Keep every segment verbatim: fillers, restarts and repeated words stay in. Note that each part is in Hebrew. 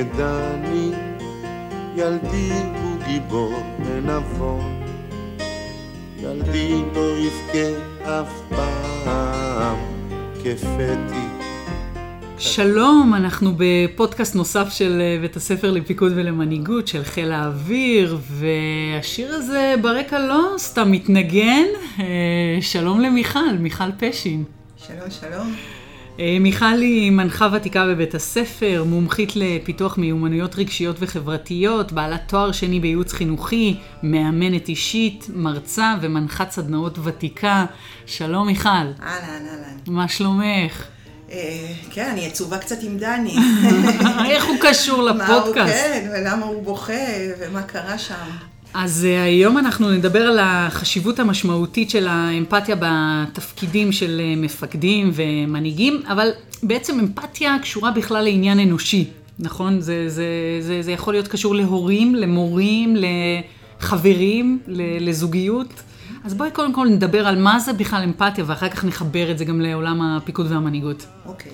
דני, ילדי הוא גיבור ונבון, ילדי לא יבכה אף פעם כפתי. שלום, אנחנו בפודקאסט נוסף של בית הספר לפיקוד ולמנהיגות של חיל האוויר, והשיר הזה ברקע לא סתם מתנגן. שלום למיכל, מיכל פשין. שלום, שלום. מיכל היא מנחה ותיקה בבית הספר, מומחית לפיתוח מיומנויות רגשיות וחברתיות, בעלת תואר שני בייעוץ חינוכי, מאמנת אישית, מרצה ומנחת סדנאות ותיקה. שלום מיכל. אהלן, אהלן. מה שלומך? כן, אני עצובה קצת עם דני. איך הוא קשור לפודקאסט? כן, ולמה הוא בוכה, ומה קרה שם. אז היום אנחנו נדבר על החשיבות המשמעותית של האמפתיה בתפקידים של מפקדים ומנהיגים, אבל בעצם אמפתיה קשורה בכלל לעניין אנושי, נכון? זה, זה, זה, זה יכול להיות קשור להורים, למורים, לחברים, לזוגיות. אז בואי קודם כל נדבר על מה זה בכלל אמפתיה, ואחר כך נחבר את זה גם לעולם הפיקוד והמנהיגות. אוקיי.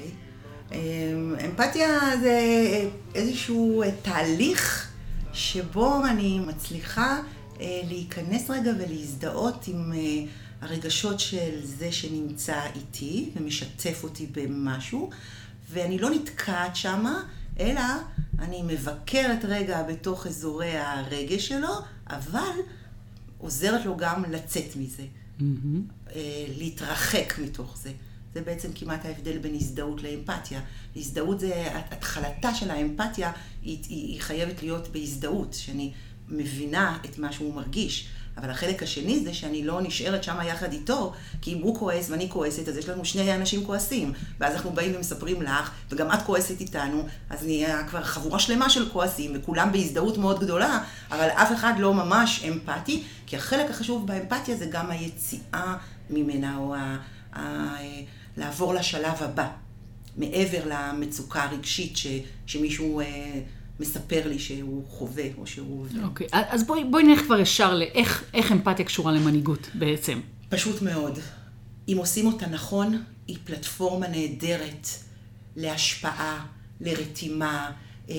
אמפתיה זה איזשהו תהליך שבו אני מצליחה להיכנס רגע ולהזדהות עם הרגשות של זה שנמצא איתי ומשתף אותי במשהו, ואני לא נתקעת שמה, אלא אני מבקרת רגע בתוך אזורי הרגש שלו, אבל עוזרת לו גם לצאת מזה, mm-hmm. להתרחק מתוך זה. זה בעצם כמעט ההבדל בין הזדהות לאמפתיה. הזדהות זה, התחלתה של האמפתיה, היא, היא, היא חייבת להיות בהזדהות, שאני מבינה את מה שהוא מרגיש. אבל החלק השני זה שאני לא נשארת שם יחד איתו, כי אם הוא כועס ואני כועסת, אז יש לנו שני אנשים כועסים. ואז אנחנו באים ומספרים לך, וגם את כועסת איתנו, אז נהיה כבר חבורה שלמה של כועסים, וכולם בהזדהות מאוד גדולה, אבל אף אחד לא ממש אמפתי, כי החלק החשוב באמפתיה זה גם היציאה ממנה, או ה, ה, לעבור לשלב הבא, מעבר למצוקה הרגשית ש, שמישהו מספר לי שהוא חווה או שהוא עובר. אוקיי, אז בואי, בואי נלך כבר ישר לאיך איך אמפתיה קשורה למנהיגות בעצם. פשוט מאוד. אם עושים אותה נכון, היא פלטפורמה נהדרת להשפעה, לרתימה,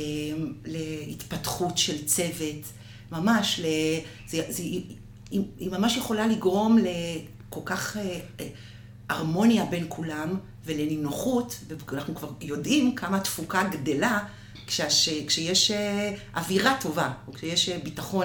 להתפתחות של צוות. ממש, זה, זה, היא, היא ממש יכולה לגרום לכל כך הרמוניה בין כולם ולנינוחות, ואנחנו כבר יודעים כמה תפוקה גדלה כש, כשיש אווירה טובה, או כשיש ביטחון.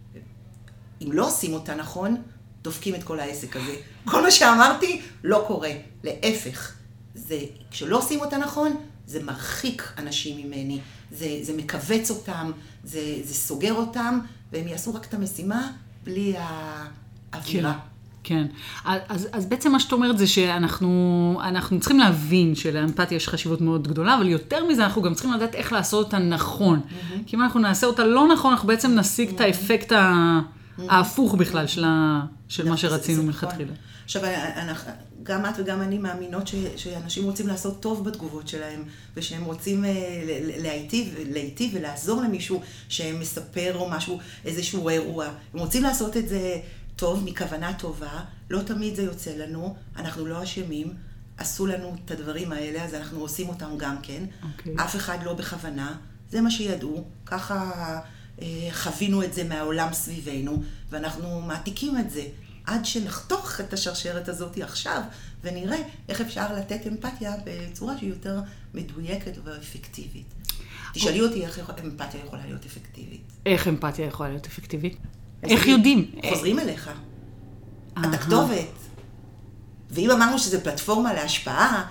אם לא עושים אותה נכון, דופקים את כל העסק הזה. כל מה שאמרתי לא קורה, להפך. זה, כשלא עושים אותה נכון, זה מרחיק אנשים ממני, זה, זה מקבץ אותם, זה, זה סוגר אותם, והם יעשו רק את המשימה בלי האווירה. כן. כן, אז, אז בעצם מה שאת אומרת זה שאנחנו אנחנו צריכים להבין שלאמפתיה יש חשיבות מאוד גדולה, אבל יותר מזה אנחנו גם צריכים לדעת איך לעשות אותה נכון. Mm-hmm. כי אם אנחנו נעשה אותה לא נכון, אנחנו בעצם נשיג mm-hmm. את האפקט mm-hmm. ההפוך בכלל של, ה, של מה שרצינו מלכתחילה. עכשיו, גם את וגם אני מאמינות ש, שאנשים רוצים לעשות טוב בתגובות שלהם, ושהם רוצים להיטיב, להיטיב ולעזור למישהו שמספר או משהו, איזשהו אירוע. הם רוצים לעשות את זה טוב, מכוונה טובה, לא תמיד זה יוצא לנו, אנחנו לא אשמים, עשו לנו את הדברים האלה, אז אנחנו עושים אותם גם כן. Okay. אף אחד לא בכוונה, זה מה שידעו, ככה אה, חווינו את זה מהעולם סביבנו, ואנחנו מעתיקים את זה, עד שנחתוך את השרשרת הזאת עכשיו, ונראה איך אפשר לתת אמפתיה בצורה שהיא יותר מדויקת ואפקטיבית. תשאלי אותי איך אמפתיה יכולה להיות אפקטיבית. איך אמפתיה יכולה להיות אפקטיבית? איך יודעים? חוזרים אליך. אתה כתובת. ואם אמרנו שזה פלטפורמה להשפעה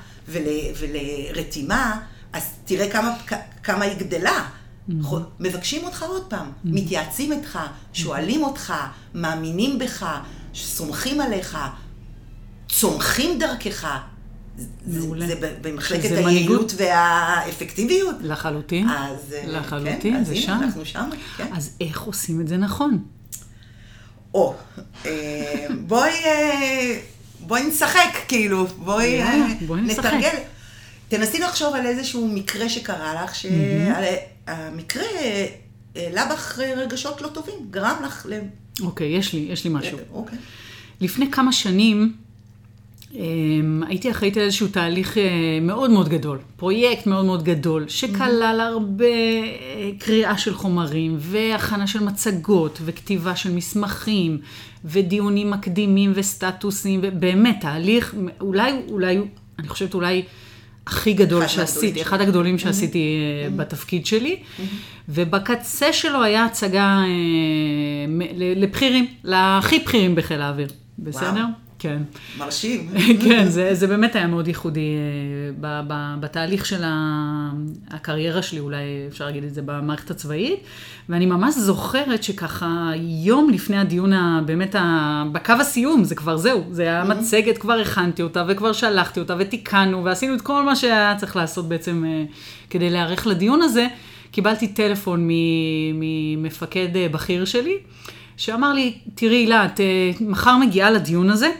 ולרתימה, אז תראה כמה היא גדלה. מבקשים אותך עוד פעם, מתייעצים איתך, שואלים אותך, מאמינים בך, סומכים עליך, צומחים דרכך. זה במחלקת היעילות והאפקטיביות. לחלוטין. לחלוטין, זה שם. אנחנו שם, כן. אז איך עושים את זה נכון? או, בואי, בואי נשחק, כאילו, בואי נתרגל. תנסי לחשוב על איזשהו מקרה שקרה לך, שהמקרה העלה בך רגשות לא טובים, גרם לך ל... אוקיי, יש לי, יש לי משהו. אוקיי. לפני כמה שנים הייתי אחראית על איזשהו תהליך מאוד מאוד גדול, פרויקט מאוד מאוד גדול, שכלל הרבה קריאה של חומרים, והכנה של מצגות, וכתיבה של מסמכים, ודיונים מקדימים וסטטוסים, ובאמת תהליך, אולי, אולי, אני חושבת אולי הכי גדול שעשיתי, אחד הגדולים שעשיתי בתפקיד שלי, ובקצה שלו היה הצגה לבחירים, להכי בחירים בחיל האוויר, בסדר? כן. מרשים. כן, זה, זה באמת היה מאוד ייחודי ב, ב, בתהליך של הקריירה שלי, אולי אפשר להגיד את זה במערכת הצבאית, ואני ממש זוכרת שככה יום לפני הדיון, באמת ה, בקו הסיום, זה כבר זהו, זה היה מצגת, כבר הכנתי אותה וכבר שלחתי אותה ותיקנו ועשינו את כל מה שהיה צריך לעשות בעצם כדי להיערך לדיון הזה. קיבלתי טלפון ממפקד בכיר שלי, שאמר לי, תראי הילה, את מחר מגיעה לדיון הזה,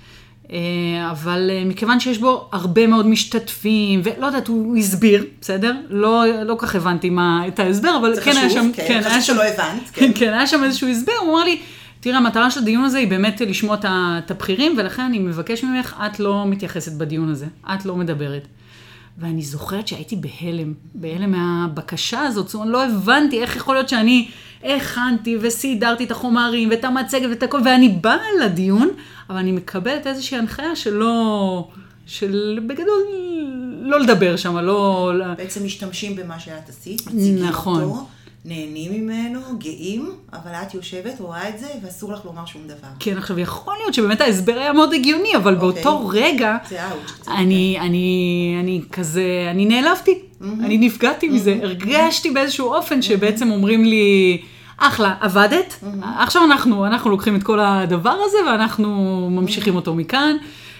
אבל מכיוון שיש בו הרבה מאוד משתתפים, ולא יודעת, הוא הסביר, בסדר? לא, לא כך הבנתי מה, את ההסבר, אבל כן היה שם, כן, חשוב שלא הבנת, כן. כן, היה שם איזשהו הסבר, הוא אמר לי, תראה, המטרה של הדיון הזה היא באמת לשמוע את הבחירים, ולכן אני מבקש ממך, את לא מתייחסת בדיון הזה, את לא מדברת. ואני זוכרת שהייתי בהלם, בהלם מהבקשה הזאת, זאת אומרת, לא הבנתי איך יכול להיות שאני הכנתי וסידרתי את החומרים ואת המצגת ואת הכל, ואני באה לדיון, אבל אני מקבלת איזושהי הנחיה שלא, של בגדול לא לדבר שם, לא... בעצם משתמשים במה שאת עשית, מציגים נכון. אותו, נהנים ממנו, גאים, אבל את יושבת, רואה את זה, ואסור לך לומר שום דבר. כן, עכשיו יכול להיות שבאמת ההסבר היה מאוד הגיוני, אבל באותו רגע, אני, אני, אני כזה, אני נעלבתי, אני נפגעתי מזה, הרגשתי באיזשהו אופן שבעצם אומרים לי, אחלה, עבדת, עכשיו אנחנו, אנחנו לוקחים את כל הדבר הזה, ואנחנו ממשיכים אותו מכאן.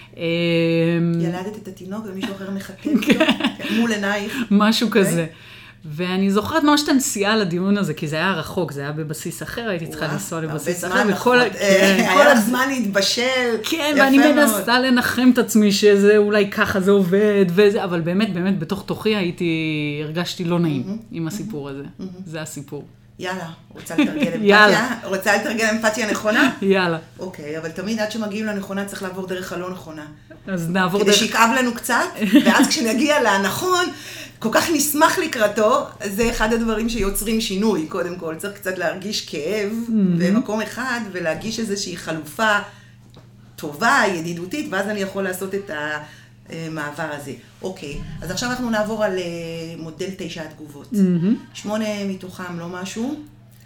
ילדת את התינוק ומישהו אחר מחכה מול עינייך. משהו כזה. ואני זוכרת ממש את הנסיעה לדיון הזה, כי זה היה רחוק, זה היה בבסיס אחר, הייתי צריכה לנסוע לבסיס אחר. הרבה זמן, נכון, היה לך זמן להתבשל. כן, ואני מנסה לנחם את עצמי שזה אולי ככה זה עובד, אבל באמת, באמת, בתוך תוכי הייתי, הרגשתי לא נעים עם הסיפור הזה. זה הסיפור. יאללה, רוצה לתרגל אמפתיה? רוצה לתרגל אמפתיה נכונה? יאללה. אוקיי, אבל תמיד עד שמגיעים לנכונה צריך לעבור דרך הלא נכונה. אז נעבור דרך... כדי שיכאב לנו קצת, ואז כשנגיע לנכון, כל כך נשמח לקראתו, זה אחד הדברים שיוצרים שינוי, קודם כל. צריך קצת להרגיש כאב במקום אחד, ולהגיש איזושהי חלופה טובה, ידידותית, ואז אני יכול לעשות את המעבר הזה. אוקיי, אז עכשיו אנחנו נעבור על מודל תשע התגובות. שמונה מתוכם לא משהו,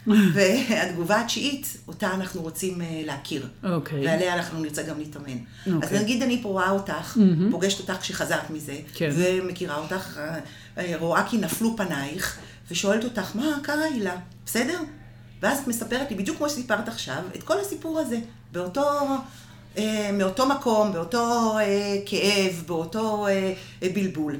והתגובה התשיעית, אותה אנחנו רוצים להכיר. אוקיי. ועליה אנחנו נרצה גם להתאמן. אז נגיד אני פה רואה אותך, פוגשת אותך כשחזרת מזה, ומכירה אותך, רואה כי נפלו פנייך, ושואלת אותך, מה קרה הילה? בסדר? ואז את מספרת לי, בדיוק כמו שסיפרת עכשיו, את כל הסיפור הזה, באותו, מאותו מקום, באותו כאב, באותו בלבול.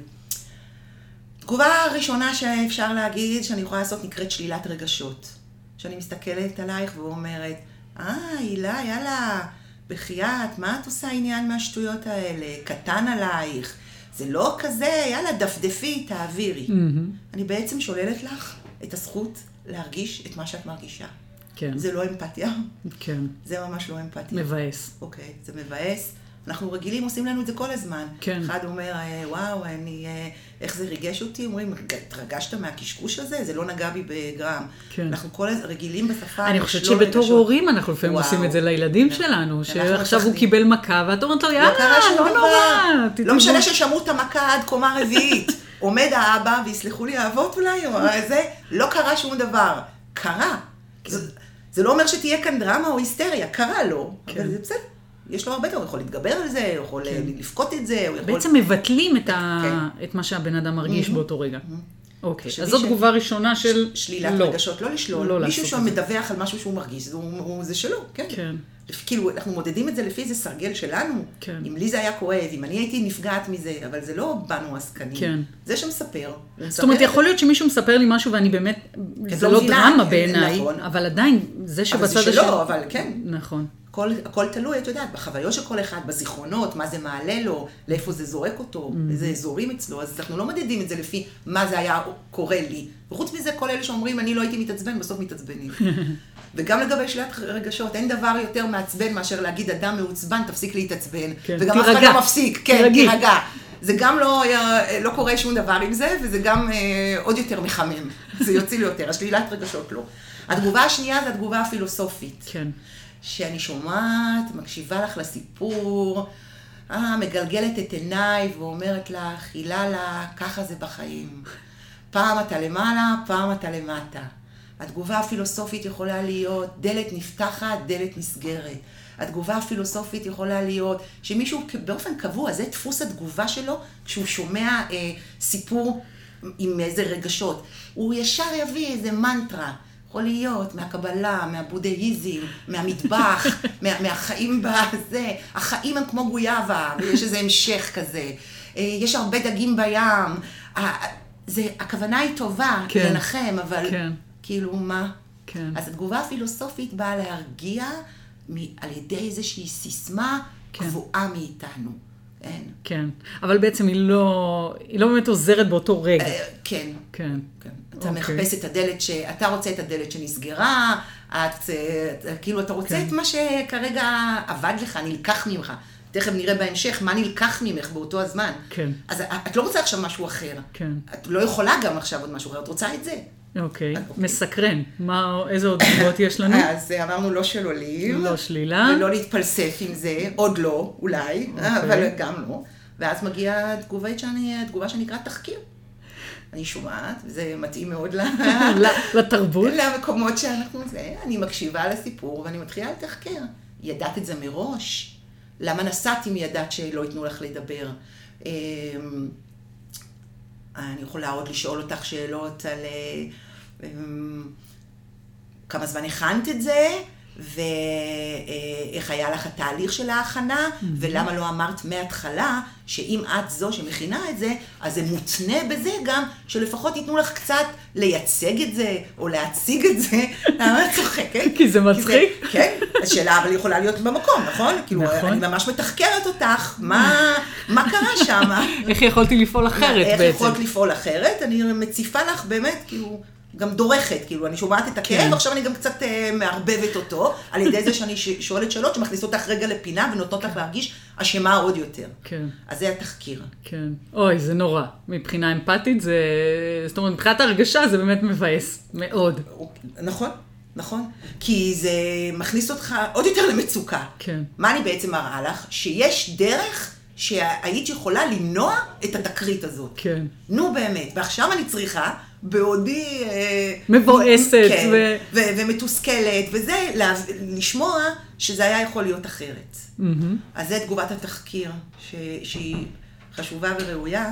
תגובה הראשונה שאפשר להגיד, שאני יכולה לעשות, נקראת שלילת רגשות. שאני מסתכלת עלייך ואומרת, אה, הילה, יאללה, בחייאת, מה את עושה עניין מהשטויות האלה? קטן עלייך. זה לא כזה, יאללה, דפדפי, תעבירי. Mm-hmm. אני בעצם שוללת לך את הזכות להרגיש את מה שאת מרגישה. כן. זה לא אמפתיה. כן. זה ממש לא אמפתיה. מבאס. אוקיי, זה מבאס. אנחנו רגילים, עושים לנו את זה כל הזמן. כן. אחד אומר, וואו, אני, איך זה ריגש אותי? אומרים, התרגשת מהקשקוש הזה? זה לא נגע בי בגרם. כן. אנחנו כל רגילים בשפה. אני חושבת שבתור הורים אנחנו לפעמים עושים את זה לילדים שלנו, שעכשיו הוא קיבל מכה, ואת אומרת לו, יאללה, לא נורא. לא משנה ששמעו את המכה עד קומה רביעית. עומד האבא, ויסלחו לי האבות אולי, או זה, לא קרה שום דבר. קרה. זה לא אומר שתהיה כאן דרמה או היסטריה. קרה לו, אבל זה בסדר. יש לו הרבה דבר, הוא יכול להתגבר על זה, הוא יכול לפקוט את זה, הוא יכול... בעצם מבטלים את מה שהבן אדם מרגיש באותו רגע. אוקיי, אז זו תגובה ראשונה של... שלילת רגשות, לא לשלול. מישהו שמדווח על משהו שהוא מרגיש, זה שלו, כן. כאילו, אנחנו מודדים את זה לפי איזה סרגל שלנו. אם לי זה היה כואב, אם אני הייתי נפגעת מזה, אבל זה לא בנו עסקנים. זה שמספר. זאת אומרת, יכול להיות שמישהו מספר לי משהו ואני באמת, זה לא דרמה בעיניי, אבל עדיין, זה שבצד השני... אבל זה שלו, אבל כן. נכון. הכל, הכל תלוי, את יודעת, בחוויות של כל אחד, בזיכרונות, מה זה מעלה לו, לאיפה זה זורק אותו, mm-hmm. איזה אזורים אצלו, אז אנחנו לא מדדים את זה לפי מה זה היה קורה לי. וחוץ מזה, כל אלה שאומרים, אני לא הייתי מתעצבן, בסוף מתעצבנים. וגם לגבי שלילת רגשות, אין דבר יותר מעצבן מאשר להגיד אדם מעוצבן, תפסיק להתעצבן. כן, וגם אף אחד לא מפסיק, כן, תירגע. זה גם לא, לא קורה שום דבר עם זה, וזה גם אה, עוד יותר מחמם. זה יוצא לי יותר, השלילת רגשות לא. התגובה השנייה זה התגובה הפילוסופית. כן. שאני שומעת, מקשיבה לך לסיפור, אה, מגלגלת את עיניי ואומרת לך, חיללה, ככה זה בחיים. פעם אתה למעלה, פעם אתה למטה. התגובה הפילוסופית יכולה להיות דלת נפתחת, דלת נסגרת. התגובה הפילוסופית יכולה להיות שמישהו באופן קבוע, זה דפוס התגובה שלו, כשהוא שומע אה, סיפור עם איזה רגשות. הוא ישר יביא איזה מנטרה. יכול להיות מהקבלה, מהבודהיזם, מהמטבח, מה, מהחיים בזה. החיים הם כמו גויאבה, ויש איזה המשך כזה. יש הרבה דגים בים. זה, הכוונה היא טובה, כן. לנחם, אבל כן. כאילו מה? כן. אז התגובה הפילוסופית באה להרגיע על ידי איזושהי סיסמה כן. קבועה מאיתנו. כן. כן. אבל בעצם היא לא, היא לא באמת עוזרת באותו רגע. כן. כן. כן. אתה מחפש את הדלת ש... אתה רוצה את הדלת שנסגרה, את, כאילו אתה רוצה את מה שכרגע עבד לך, נלקח ממך. תכף נראה בהמשך מה נלקח ממך באותו הזמן. כן. אז את לא רוצה עכשיו משהו אחר. כן. את לא יכולה גם עכשיו עוד משהו אחר, את רוצה את זה. אוקיי, מסקרן. מה, איזה עוד תגובות יש לנו? אז אמרנו לא של עולים. לא שלילה. ולא להתפלסף עם זה, עוד לא, אולי, אבל גם לא. ואז מגיעה תגובה שנקרא תחקיר. אני שומעת, וזה מתאים מאוד לתרבות. למקומות שאנחנו זה. אני מקשיבה לסיפור ואני מתחילה לתחקר. ידעת את זה מראש? למה נסעת אם ידעת שלא ייתנו לך לדבר? אני יכולה עוד לשאול אותך שאלות על כמה זמן הכנת את זה, ואיך היה לך התהליך של ההכנה, ולמה לא אמרת מההתחלה, שאם את זו שמכינה את זה, אז זה מותנה בזה גם, שלפחות ייתנו לך קצת לייצג את זה, או להציג את זה. למה את צוחקת? כי זה מצחיק. כן, השאלה אבל יכולה להיות במקום, נכון? כאילו, אני ממש מתחקרת אותך, מה קרה שם? איך יכולתי לפעול אחרת בעצם? איך יכולת לפעול אחרת? אני מציפה לך באמת, כאילו, גם דורכת, כאילו, אני שומעת את הכאב, ועכשיו אני גם קצת מערבבת אותו, על ידי זה שאני שואלת שאלות שמכניסות אותך רגע לפינה, ונותנות לך להרגיש אשמה עוד יותר. כן. אז זה התחקיר. כן. אוי, זה נורא. מבחינה אמפתית, זה, זאת אומרת, מבחינת הרגשה זה באמת מבאס, מאוד. נכון, נכון. כי זה מכניס אותך עוד יותר למצוקה. כן. מה אני בעצם מראה לך? שיש דרך שהיית יכולה למנוע את התקרית הזאת. כן. נו באמת, ועכשיו אני צריכה, בעודי... מבואסת. כן, ו... ו- ומתוסכלת, וזה לשמוע שזה היה יכול להיות אחרת. Mm-hmm. אז זה תגובת התחקיר, ש- שהיא חשובה וראויה,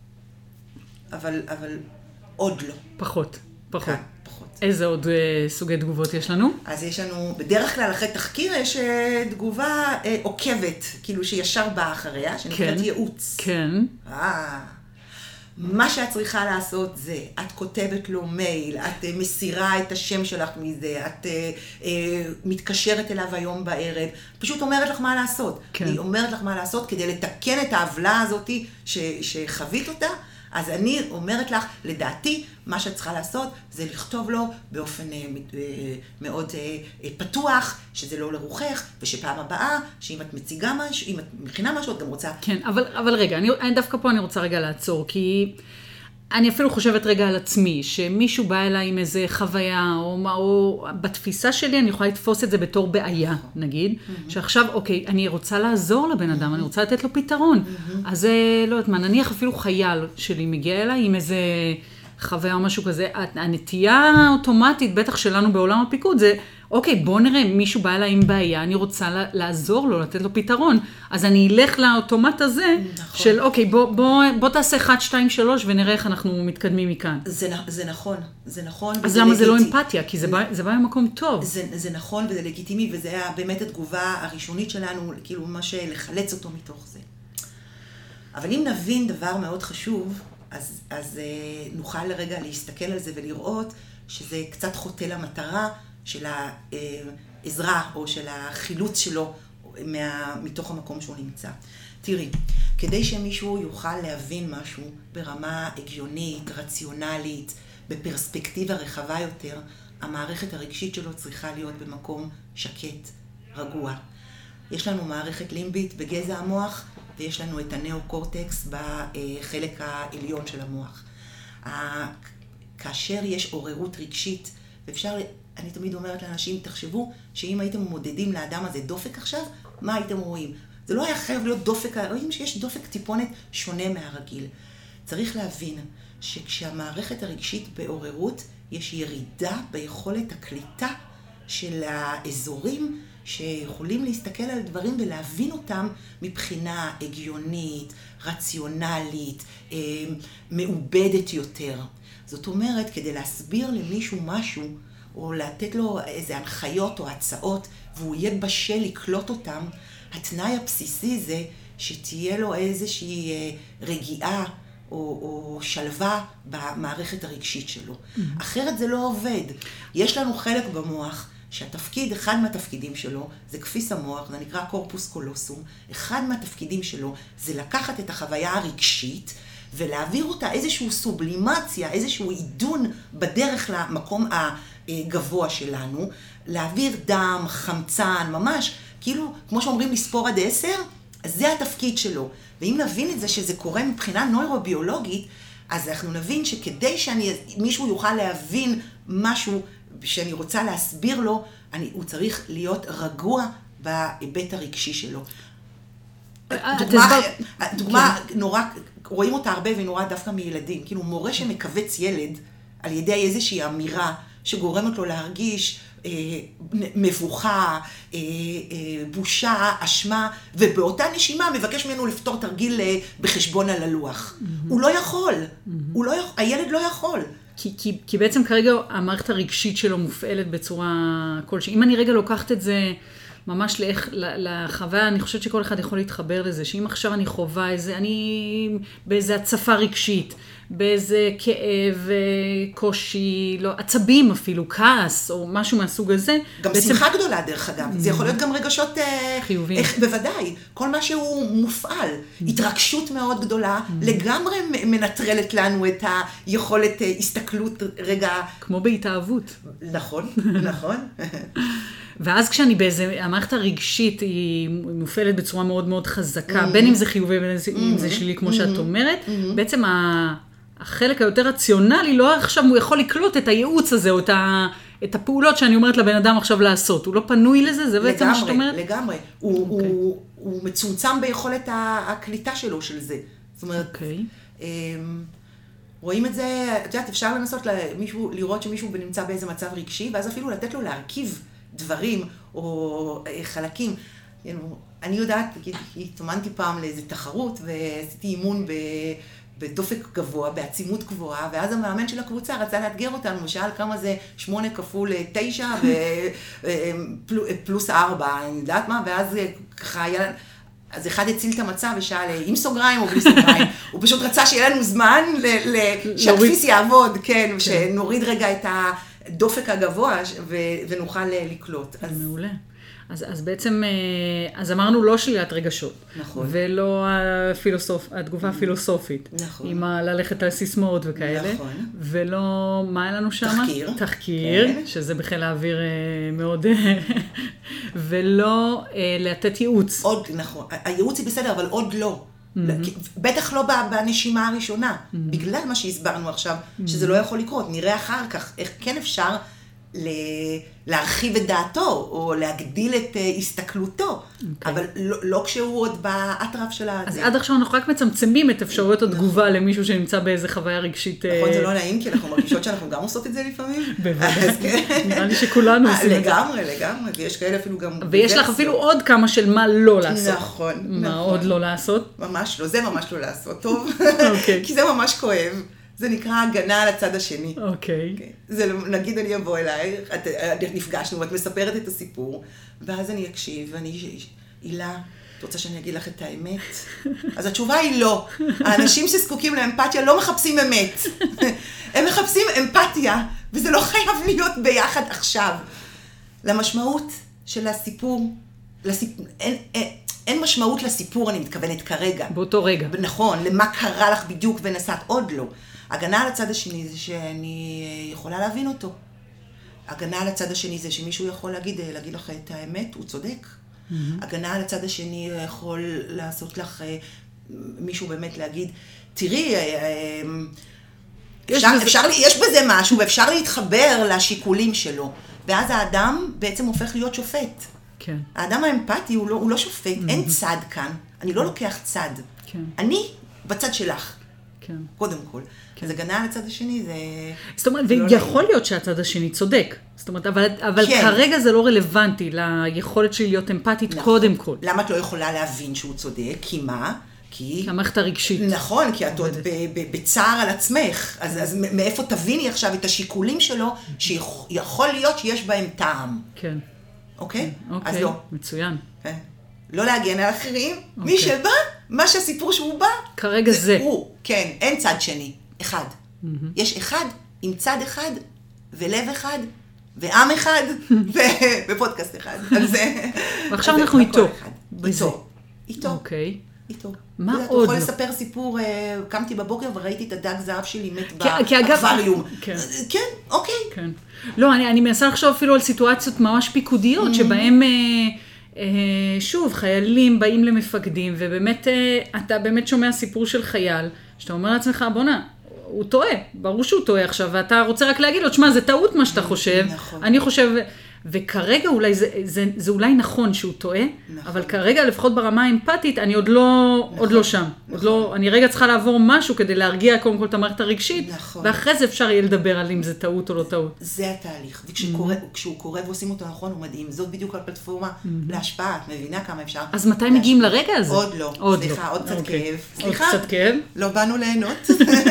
אבל, אבל עוד לא. פחות, פחות. כן, פחות. איזה עוד uh, סוגי תגובות יש לנו? אז יש לנו, בדרך כלל אחרי תחקיר יש uh, תגובה uh, עוקבת, כאילו שישר באה אחריה, שנקראת כן, ייעוץ. כן. אה... מה שאת צריכה לעשות זה, את כותבת לו מייל, את uh, מסירה את השם שלך מזה, את uh, uh, מתקשרת אליו היום בערב, פשוט אומרת לך מה לעשות. כן. היא אומרת לך מה לעשות כדי לתקן את העוולה הזאת ש, שחווית אותה, אז אני אומרת לך, לדעתי, מה שאת צריכה לעשות זה לכתוב לו באופן uh, uh, מאוד uh, uh, פתוח, שזה לא לרוחך, ושפעם הבאה, שאם את מציגה משהו, אם את מכינה משהו, את גם רוצה... כן, אבל, אבל רגע, אני, דווקא פה אני רוצה רגע לעצור, כי אני אפילו חושבת רגע על עצמי, שמישהו בא אליי עם איזה חוויה, או, או בתפיסה שלי אני יכולה לתפוס את זה בתור בעיה, נגיד, mm-hmm. שעכשיו, אוקיי, אני רוצה לעזור לבן אדם, mm-hmm. אני רוצה לתת לו פתרון. Mm-hmm. אז זה, לא יודעת מה, נניח אפילו חייל שלי מגיע אליי עם איזה חוויה או משהו כזה, הנטייה האוטומטית, בטח שלנו בעולם הפיקוד, זה, אוקיי, בוא נראה, מישהו בא אליי עם בעיה, אני רוצה לעזור לו, לתת לו פתרון. אז אני אלך לאוטומט הזה, נכון. של אוקיי, בוא, בוא, בוא תעשה אחת, שתיים, שלוש, ונראה איך אנחנו מתקדמים מכאן. זה, זה נכון, זה נכון. אז למה זה לא אמפתיה? כי זה בא, זה בא במקום טוב. זה, זה נכון וזה לגיטימי, וזה היה באמת התגובה הראשונית שלנו, כאילו מה שלחלץ אותו מתוך זה. אבל אם נבין דבר מאוד חשוב, אז, אז נוכל לרגע להסתכל על זה ולראות שזה קצת חוטא למטרה, של העזרה או של החילוץ שלו מה, מתוך המקום שהוא נמצא. תראי, כדי שמישהו יוכל להבין משהו ברמה הגיונית, רציונלית, בפרספקטיבה רחבה יותר, המערכת הרגשית שלו צריכה להיות במקום שקט, רגוע. יש לנו מערכת לימבית בגזע המוח, ויש לנו את הנאו-קורטקס בחלק העליון של המוח. כאשר יש עוררות רגשית, ואפשר, אני תמיד אומרת לאנשים, תחשבו שאם הייתם מודדים לאדם הזה דופק עכשיו, מה הייתם רואים? זה לא היה חייב להיות דופק, רואים שיש דופק טיפונת שונה מהרגיל. צריך להבין שכשהמערכת הרגשית בעוררות, יש ירידה ביכולת הקליטה של האזורים שיכולים להסתכל על דברים ולהבין אותם מבחינה הגיונית, רציונלית, מעובדת יותר. זאת אומרת, כדי להסביר למישהו משהו, או לתת לו איזה הנחיות או הצעות, והוא יהיה בשל לקלוט אותם, התנאי הבסיסי זה שתהיה לו איזושהי רגיעה או, או שלווה במערכת הרגשית שלו. Mm-hmm. אחרת זה לא עובד. יש לנו חלק במוח שהתפקיד, אחד מהתפקידים שלו, זה כפיס המוח, זה נקרא קורפוס קולוסום. אחד מהתפקידים שלו זה לקחת את החוויה הרגשית ולהעביר אותה איזושהי סובלימציה, איזשהו עידון בדרך למקום הגבוה שלנו, להעביר דם, חמצן, ממש, כאילו, כמו שאומרים לספור עד עשר, אז זה התפקיד שלו. ואם נבין את זה שזה קורה מבחינה נוירוביולוגית, אז אנחנו נבין שכדי שמישהו יוכל להבין משהו שאני רוצה להסביר לו, אני, הוא צריך להיות רגוע בהיבט הרגשי שלו. דוגמה, דוגמה נורא, רואים אותה הרבה ונורא דווקא מילדים. כאילו מורה שמקבץ ילד על ידי איזושהי אמירה שגורמת לו להרגיש אה, מבוכה, אה, אה, בושה, אשמה, ובאותה נשימה מבקש ממנו לפתור תרגיל אה, בחשבון על הלוח. Mm-hmm. הוא לא יכול. Mm-hmm. הוא לא, הילד לא יכול. כי, כי, כי בעצם כרגע המערכת הרגשית שלו מופעלת בצורה כלשהי. אם אני רגע לוקחת את זה ממש לאיך, לחוויה, אני חושבת שכל אחד יכול להתחבר לזה, שאם עכשיו אני חווה איזה, אני באיזה הצפה רגשית, באיזה כאב, קושי, לא, עצבים אפילו, כעס, או משהו מהסוג הזה. גם בעצם... שמחה גדולה דרך אגב, זה יכול להיות גם רגשות... חיובים. איך, בוודאי, כל מה שהוא מופעל, התרגשות מאוד גדולה, לגמרי מנטרלת לנו את היכולת הסתכלות רגע... כמו בהתאהבות. נכון, נכון. ואז כשאני באיזה, המערכת הרגשית היא מופעלת בצורה מאוד מאוד חזקה, בין אם זה חיובי, בין אם זה שלילי, כמו שאת אומרת, בעצם החלק היותר רציונלי, לא עכשיו הוא יכול לקלוט את הייעוץ הזה, או את הפעולות שאני אומרת לבן אדם עכשיו לעשות. הוא לא פנוי לזה, זה בעצם מה שאת אומרת? לגמרי, הוא מצומצם ביכולת הקליטה שלו של זה. זאת אומרת, רואים את זה, את יודעת, אפשר לנסות לראות שמישהו נמצא באיזה מצב רגשי, ואז אפילו לתת לו להרכיב דברים או חלקים. אני יודעת, התאמנתי פעם לאיזו תחרות ועשיתי אימון בדופק גבוה, בעצימות גבוהה, ואז המאמן של הקבוצה רצה לאתגר אותנו, ושאל כמה זה שמונה כפול תשע ופלוס ארבע, אני יודעת מה, ואז ככה היה... אז אחד הציל את המצב ושאל עם סוגריים או בלי סוגריים. הוא פשוט רצה שיהיה לנו זמן שהכפיס יעבוד, כן, שנוריד רגע את הדופק הגבוה ונוכל לקלוט. מעולה. אז, אז בעצם, אז אמרנו לא שלילת רגשות. נכון. ולא הפילוסוף, התגובה הפילוסופית. נכון. עם ללכת על סיסמאות וכאלה. נכון. ולא, מה היה לנו שם? תחקיר. תחקיר, כן. שזה בחיל האוויר מאוד, ולא לתת ייעוץ. עוד, נכון. הייעוץ היא בסדר, אבל עוד לא. Mm-hmm. בטח לא בנשימה הראשונה. Mm-hmm. בגלל מה שהסברנו עכשיו, mm-hmm. שזה לא יכול לקרות. נראה אחר כך איך כן אפשר להרחיב את דעתו, או להגדיל את הסתכלותו, okay. אבל לא, לא כשהוא עוד באטרף של הזה. אז עד עכשיו אנחנו רק מצמצמים את אפשרויות התגובה נכון. למישהו שנמצא באיזה חוויה רגשית. נכון, זה לא נעים, כי אנחנו מרגישות שאנחנו גם עושות את זה לפעמים. בוודאי, נראה לי שכולנו עושים את זה. לגמרי, לגמרי, ויש כאלה אפילו גם... ויש לך אפילו עוד כמה של מה לא לעשות. נכון, מה נכון. עוד לא לעשות? ממש לא, זה ממש לא לעשות, טוב. כי זה ממש כואב. זה נקרא הגנה על הצד השני. אוקיי. זה, נגיד אני אבוא אליי, את, נפגשנו ואת מספרת את הסיפור, ואז אני אקשיב, ואני, הילה, את רוצה שאני אגיד לך את האמת? אז התשובה היא לא. האנשים שזקוקים לאמפתיה לא מחפשים אמת. הם מחפשים אמפתיה, וזה לא חייב להיות ביחד עכשיו. למשמעות של הסיפור, לסיפ... אין, אין, אין משמעות לסיפור, אני מתכוונת כרגע. באותו רגע. נכון, למה קרה לך בדיוק ונסעת, עוד לא. הגנה על הצד השני זה שאני יכולה להבין אותו. הגנה על הצד השני זה שמישהו יכול להגיד, להגיד לך את האמת, הוא צודק. Mm-hmm. הגנה על הצד השני יכול לעשות לך, מישהו באמת להגיד, תראי, אפשר, בזה... אפשר, יש בזה משהו ואפשר להתחבר לשיקולים שלו. ואז האדם בעצם הופך להיות שופט. כן. האדם האמפתי הוא לא, הוא לא שופט, mm-hmm. אין צד כאן. אני לא לוקח צד. כן. אני בצד שלך. כן. קודם כל. כן. אז הגנה על הצד השני זה... זאת אומרת, ויכול להיות שהצד השני צודק. זאת אומרת, אבל, אבל כן. כרגע זה לא רלוונטי ליכולת שלי להיות אמפתית נכון. קודם כל. למה את לא יכולה להבין שהוא צודק? כי מה? כי... כי המערכת הרגשית. נכון, כי את עוד בצער על עצמך. אז, אז מאיפה תביני עכשיו את השיקולים שלו, שיכול להיות שיש בהם טעם. כן. אוקיי? אוקיי, אז לא. מצוין. כן. לא להגן על אחרים. מי שבא, מה שהסיפור שהוא בא. כרגע זה. זה. הוא, כן, אין צד שני. אחד. יש אחד עם צד אחד, ולב אחד, ועם אחד, ופודקאסט אחד. ועכשיו אנחנו איתו. איתו. איתו. אוקיי. איתו. מה עוד? אתה יכול לספר סיפור, קמתי בבוקר וראיתי את הדג זהב שלי מת באקווריום. כן, אוקיי. כן. לא, אני מנסה לחשוב אפילו על סיטואציות ממש פיקודיות, שבהם, שוב, חיילים באים למפקדים, ובאמת, אתה באמת שומע סיפור של חייל, שאתה אומר לעצמך, בונה, הוא טועה, ברור שהוא טועה עכשיו, ואתה רוצה רק להגיד לו, תשמע, זה טעות מה שאתה חושב, אני חושב, וכרגע אולי זה, זה, זה אולי נכון שהוא טועה, נכון. אבל כרגע לפחות ברמה האמפתית, אני עוד לא, נכון. עוד לא שם. נכון. עוד לא, אני רגע צריכה לעבור משהו כדי להרגיע קודם כל את המערכת הרגשית, נכון. ואחרי זה אפשר יהיה לדבר על אם זה טעות או לא טעות. זה התהליך, וכשהוא mm-hmm. קורא ועושים אותו נכון, הוא מדהים. זאת בדיוק הפלטפורמה mm-hmm. להשפעה, את מבינה כמה אפשר. אז מתי להשפעה. מגיעים לרגע הזה? עוד לא. עוד סליחה, לא. עוד קצת אוקיי. כאב. סליחה. עוד קצת כאב. לא באנו ליהנות.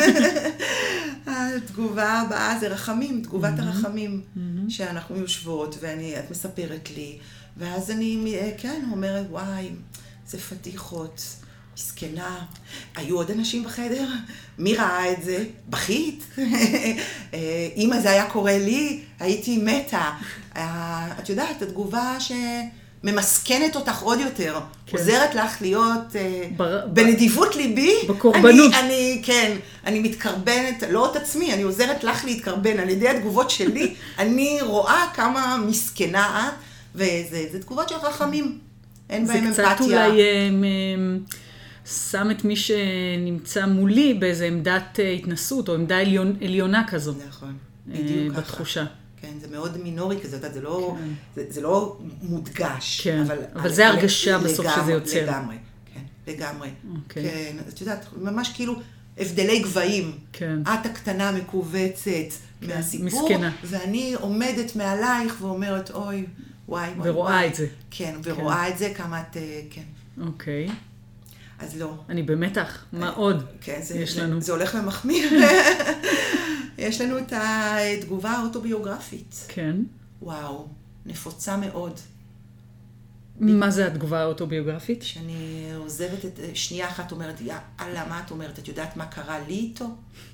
התגובה הבאה זה רחמים, תגובת mm-hmm. הרחמים, mm-hmm. שאנחנו יושבות ואני, את מספרת לי, ואז אני, כן, אומרת, וואי, זה פתיחות, מסכנה, היו עוד אנשים בחדר, מי ראה את זה? בכית? אם זה היה קורה לי, הייתי מתה. את יודעת, התגובה ש... ממסכנת אותך עוד יותר, כן. עוזרת לך להיות בר... בנדיבות ליבי, בקורבנות. אני, אני, כן, אני מתקרבנת, לא את עצמי, אני עוזרת לך להתקרבן, על ידי התגובות שלי, אני רואה כמה מסכנה את, וזה זה תגובות של רחמים, אין בהם אמפתיה. זה קצת אולי שם את מי שנמצא מולי באיזו עמדת התנסות, או עמדה עליון, עליונה כזו. נכון, בדיוק בתחושה. ככה. כן, זה מאוד מינורי כזה, זה לא, כן. זה, זה לא מודגש. כן, אבל, אבל זה הרגשה בסוף לגמרי, שזה יוצר. לגמרי, כן, לגמרי. אוקיי. כן, את יודעת, ממש כאילו הבדלי גבהים. כן. את הקטנה מקובצת כן, מהסיפור, מסכנה. ואני עומדת מעלייך ואומרת, אוי, וואי, וואי. ורואה וואי. את זה. כן, ורואה כן. את זה כמה את, כן. אוקיי. אז לא. אני במתח, מה עוד כן, זה, יש זה, לנו? זה הולך ומחמיר. יש לנו את התגובה האוטוביוגרפית. כן. וואו, נפוצה מאוד. מה זה התגובה האוטוביוגרפית? שאני עוזבת את... שנייה אחת אומרת, יאללה, מה את אומרת? את יודעת מה קרה לי איתו?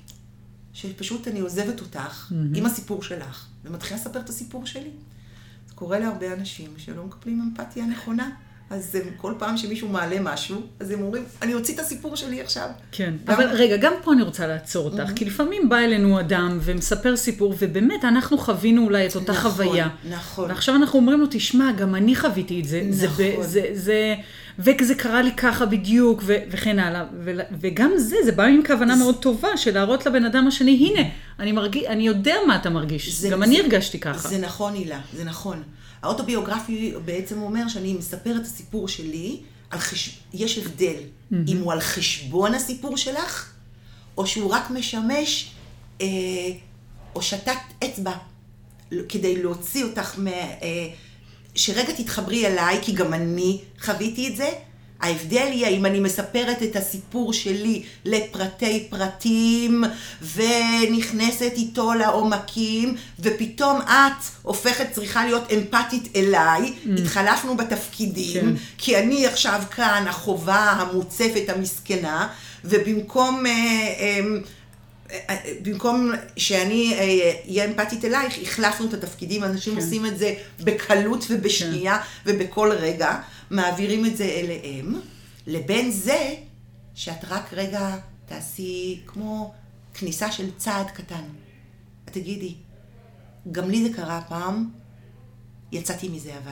שפשוט אני עוזבת אותך mm-hmm. עם הסיפור שלך, ומתחילה לספר את הסיפור שלי. זה קורה להרבה אנשים שלא מקבלים אמפתיה נכונה. אז כל פעם שמישהו מעלה משהו, אז הם אומרים, אני אוציא את הסיפור שלי עכשיו. כן, גם... אבל רגע, גם פה אני רוצה לעצור אותך, mm-hmm. כי לפעמים בא אלינו אדם ומספר סיפור, ובאמת אנחנו חווינו אולי את אותה נכון, חוויה. נכון. ועכשיו אנחנו אומרים לו, תשמע, גם אני חוויתי את זה. נכון. זה, זה, זה, וזה קרה לי ככה בדיוק, ו, וכן הלאה. ו, וגם זה, זה בא עם כוונה זה... מאוד טובה, של להראות לבן אדם השני, הנה, אני, מרגיש, אני יודע מה אתה מרגיש. זה, גם זה, אני הרגשתי ככה. זה נכון, הילה, זה נכון. האוטוביוגרפי בעצם אומר שאני מספר את הסיפור שלי, על חש... יש הבדל, mm-hmm. אם הוא על חשבון הסיפור שלך, או שהוא רק משמש, אה, או שתת אצבע, כדי להוציא אותך, מה, אה, שרגע תתחברי אליי, כי גם אני חוויתי את זה. ההבדל היא האם אני מספרת את הסיפור שלי לפרטי פרטים ונכנסת איתו לעומקים ופתאום את הופכת צריכה להיות אמפתית אליי, mm. התחלפנו בתפקידים, כן. כי אני עכשיו כאן החובה המוצפת המסכנה ובמקום אה, אה, במקום שאני אהיה אמפתית אלייך, החלפנו את התפקידים, אנשים כן. עושים את זה בקלות ובשנייה כן. ובכל רגע, מעבירים את זה אליהם, לבין זה שאת רק רגע תעשי כמו כניסה של צעד קטן. את תגידי, גם לי זה קרה פעם, יצאתי מזה אבל.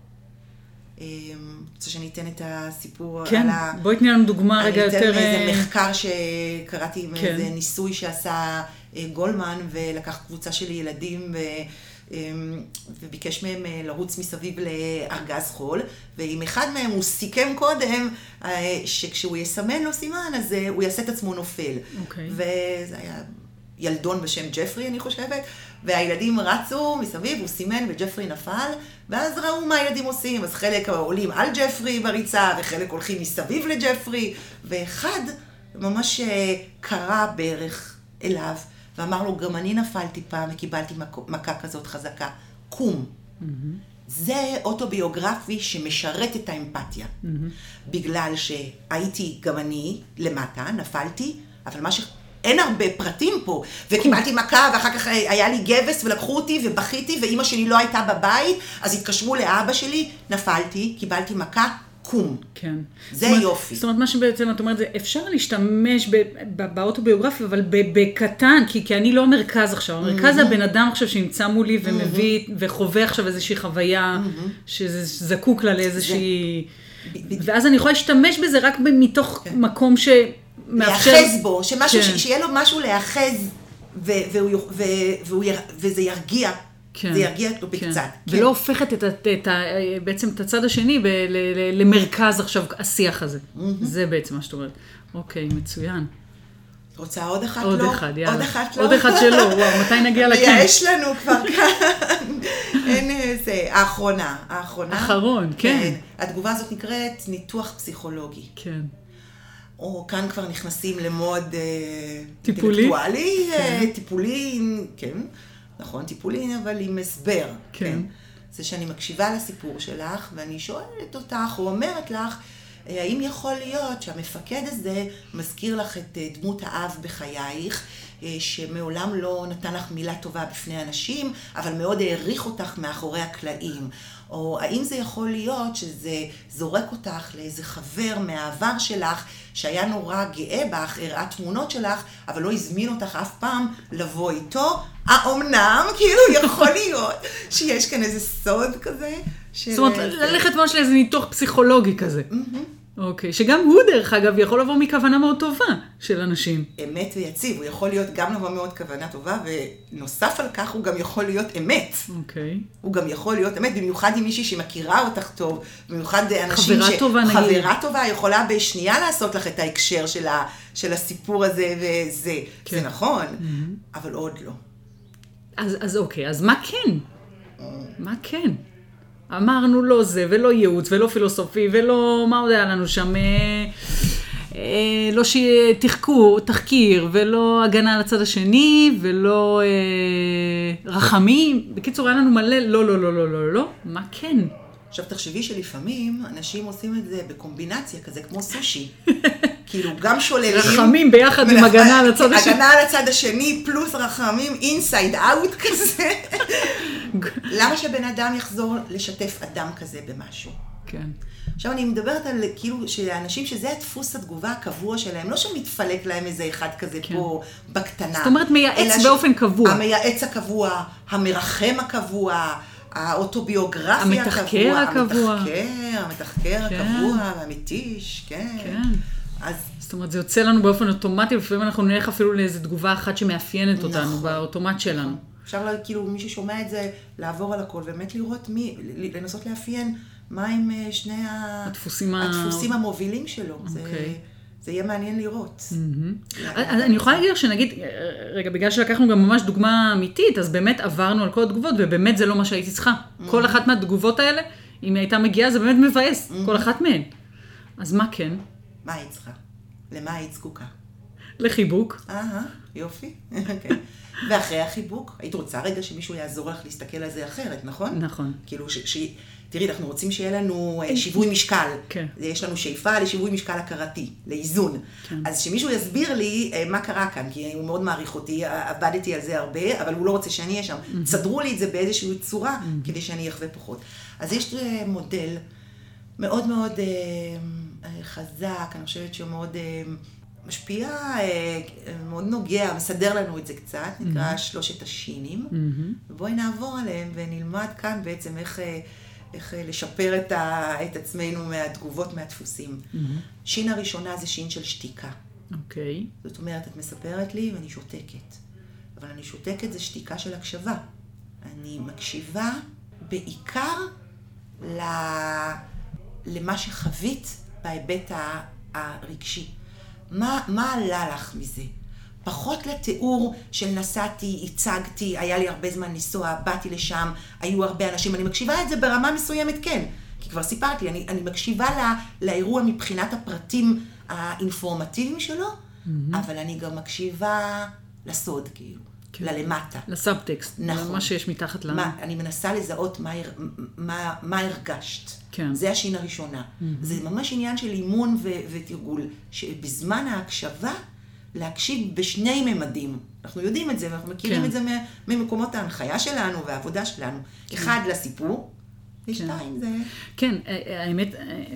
רוצה שאני אתן את הסיפור כן, על ה... כן, בואי תני לנו דוגמה רגע יותר... אני אתן איזה מחקר שקראתי, עם כן. איזה ניסוי שעשה גולמן, ולקח קבוצה של ילדים, ו... וביקש מהם לרוץ מסביב לארגז חול, ועם אחד מהם הוא סיכם קודם, שכשהוא יסמן לו סימן, אז הוא יעשה את עצמו נופל. אוקיי. וזה היה ילדון בשם ג'פרי, אני חושבת, והילדים רצו מסביב, הוא סימן וג'פרי נפל, ואז ראו מה הילדים עושים, אז חלק עולים על ג'פרי בריצה, וחלק הולכים מסביב לג'פרי, ואחד ממש קרא בערך אליו, ואמר לו, גם אני נפלתי פעם וקיבלתי מכה כזאת חזקה, קום. Mm-hmm. זה אוטוביוגרפי שמשרת את האמפתיה, mm-hmm. בגלל שהייתי גם אני למטה, נפלתי, אבל מה ש... אין הרבה פרטים פה, וקיבלתי מכה, ואחר כך היה לי גבס, ולקחו אותי, ובכיתי, ואמא שלי לא הייתה בבית, אז התקשרו לאבא שלי, נפלתי, קיבלתי מכה, קום. כן. זה זאת יופי. זאת אומרת, מה שבעצם את אומרת, זה אפשר להשתמש באוטוביוגרפיה, אבל בקטן, כי, כי אני לא המרכז עכשיו. המרכז זה הבן אדם עכשיו שנמצא מולי, ומביא, וחווה עכשיו איזושהי חוויה, שזקוק לה לאיזושהי... ואז אני יכולה להשתמש בזה רק מתוך מקום ש... להאחז בו, שמשהו, כן. שיהיה לו משהו להאחז, ו- והוא, ו- והוא, וזה ירגיע, כן. זה ירגיע אותו בקצת. כן. ולא הופכת את, את, את, בעצם את הצד השני ב- ל- ל- למרכז עכשיו השיח הזה. Mm-hmm. זה בעצם מה שאת אומרת. אוקיי, מצוין. רוצה עוד אחת עוד לא? עוד אחד, יאללה. עוד אחת לא? עוד אחד שלא, וואו, מתי נגיע לכן? יש לנו כבר כאן. אין איזה, האחרונה, האחרונה. אחרון, כן. כן. התגובה הזאת נקראת ניתוח פסיכולוגי. כן. או כאן כבר נכנסים למוד טיפולי, אינטלקטואלי, כן. טיפולי, כן, נכון, טיפולי, אבל עם הסבר. כן. כן. זה שאני מקשיבה לסיפור שלך, ואני שואלת אותך, או אומרת לך, האם יכול להיות שהמפקד הזה מזכיר לך את דמות האב בחייך, שמעולם לא נתן לך מילה טובה בפני אנשים, אבל מאוד העריך אותך מאחורי הקלעים. או האם זה יכול להיות שזה זורק אותך לאיזה חבר מהעבר שלך, שהיה נורא גאה בך, הראה תמונות שלך, אבל לא הזמין אותך אף פעם לבוא איתו. האומנם, כאילו יכול להיות שיש כאן איזה סוד כזה. זאת אומרת, ללכת ממש לאיזה ניתוח פסיכולוגי כזה. אוקיי, שגם הוא דרך אגב יכול לבוא מכוונה מאוד טובה של אנשים. אמת ויציב, הוא יכול להיות גם לבוא מאוד כוונה טובה, ונוסף על כך הוא גם יכול להיות אמת. אוקיי. הוא גם יכול להיות אמת, במיוחד עם מישהי שמכירה אותך טוב, במיוחד אנשים חברה ש... טובה, חברה נגיד. טובה יכולה בשנייה לעשות לך את ההקשר של, ה... של הסיפור הזה וזה. כן. זה נכון, mm-hmm. אבל עוד לא. אז, אז אוקיי, אז מה כן? Mm. מה כן? אמרנו לא זה, ולא ייעוץ, ולא פילוסופי, ולא, מה עוד היה לנו שם, אה, אה, לא שיהיה תחקור, תחקיר, ולא הגנה על הצד השני, ולא אה, רחמים. בקיצור, היה לנו מלא, לא, לא, לא, לא, לא, לא, מה כן? עכשיו תחשבי שלפעמים אנשים עושים את זה בקומבינציה כזה, כמו סושי. כאילו גם שוללים. רחמים ביחד עם הגנה על הצד השני. הגנה על הצד השני פלוס רחמים, אינסייד אאוט כזה. למה שבן אדם יחזור לשתף אדם כזה במשהו? כן. עכשיו אני מדברת על כאילו שאנשים שזה הדפוס התגובה הקבוע שלהם, לא שמתפלק להם איזה אחד כזה כן. פה בקטנה. זאת אומרת מייעץ באופן קבוע. המייעץ הקבוע, המרחם הקבוע, האוטוביוגרפיה המתחקר הקבוע. המתחקר, המתחקר כן. הקבוע, המתיש, כן. כן. אז זאת אומרת, זה יוצא לנו באופן אוטומטי, לפעמים אנחנו נלך אפילו לאיזו תגובה אחת שמאפיינת אותנו, נכון. באוטומט שלנו. אפשר לה, כאילו, מי ששומע את זה, לעבור על הכל, באמת לראות מי, לנסות לאפיין מה הם שני הדפוסים, הדפוסים המובילים שלו. אוקיי. זה, זה יהיה מעניין לראות. אז אני יכולה להגיד לך שנגיד, רגע, בגלל שלקחנו גם ממש דוגמה אמיתית, אז באמת עברנו על כל התגובות, ובאמת זה לא מה שהייתי צריכה. כל אחת מהתגובות האלה, אם היא הייתה מגיעה, זה באמת מבאס, כל אחת מהן. אז מה כן? מה היית צריכה? למה היית זקוקה? לחיבוק. אהה, יופי. אוקיי. ואחרי החיבוק, היית רוצה רגע שמישהו יעזור לך להסתכל על זה אחרת, נכון? נכון. כאילו, ש... ש... תראי, אנחנו רוצים שיהיה לנו שיווי משקל. כן. יש לנו שאיפה לשיווי משקל הכרתי, לאיזון. כן. אז שמישהו יסביר לי מה קרה כאן, כי הוא מאוד מעריך אותי, עבדתי על זה הרבה, אבל הוא לא רוצה שאני אהיה שם. Mm-hmm. סדרו לי את זה באיזושהי צורה, mm-hmm. כדי שאני אחווה פחות. אז יש מודל מאוד מאוד אה, חזק, אני חושבת שהוא מאוד אה, משפיע, אה, מאוד נוגע, מסדר לנו את זה קצת, נקרא mm-hmm. שלושת השינים. Mm-hmm. ובואי נעבור עליהם ונלמד כאן בעצם איך... אה, איך לשפר את, ה, את עצמנו מהתגובות, מהדפוסים. Mm-hmm. שין הראשונה זה שין של שתיקה. אוקיי. Okay. זאת אומרת, את מספרת לי ואני שותקת. אבל אני שותקת זה שתיקה של הקשבה. אני מקשיבה בעיקר ל, למה שחווית בהיבט הרגשי. מה, מה עלה לך מזה? פחות לתיאור של נסעתי, הצגתי, היה לי הרבה זמן לנסוע, באתי לשם, היו הרבה אנשים, אני מקשיבה את זה ברמה מסוימת, כן. כי כבר סיפרתי, אני, אני מקשיבה לה, לאירוע מבחינת הפרטים האינפורמטיביים שלו, mm-hmm. אבל אני גם מקשיבה לסוד, כאילו, כן. ללמטה. לסאבטקסט, נכון. מה שיש מתחת ל... מה, אני מנסה לזהות מה, מה, מה הרגשת. כן. זה השין הראשונה. Mm-hmm. זה ממש עניין של אימון ו- ותרגול, שבזמן ההקשבה, להקשיב בשני ממדים. אנחנו יודעים את זה, ואנחנו מכירים כן. את זה ממקומות ההנחיה שלנו והעבודה שלנו. כן. אחד לסיפור, ושתיים כן. זה... כן, האמת,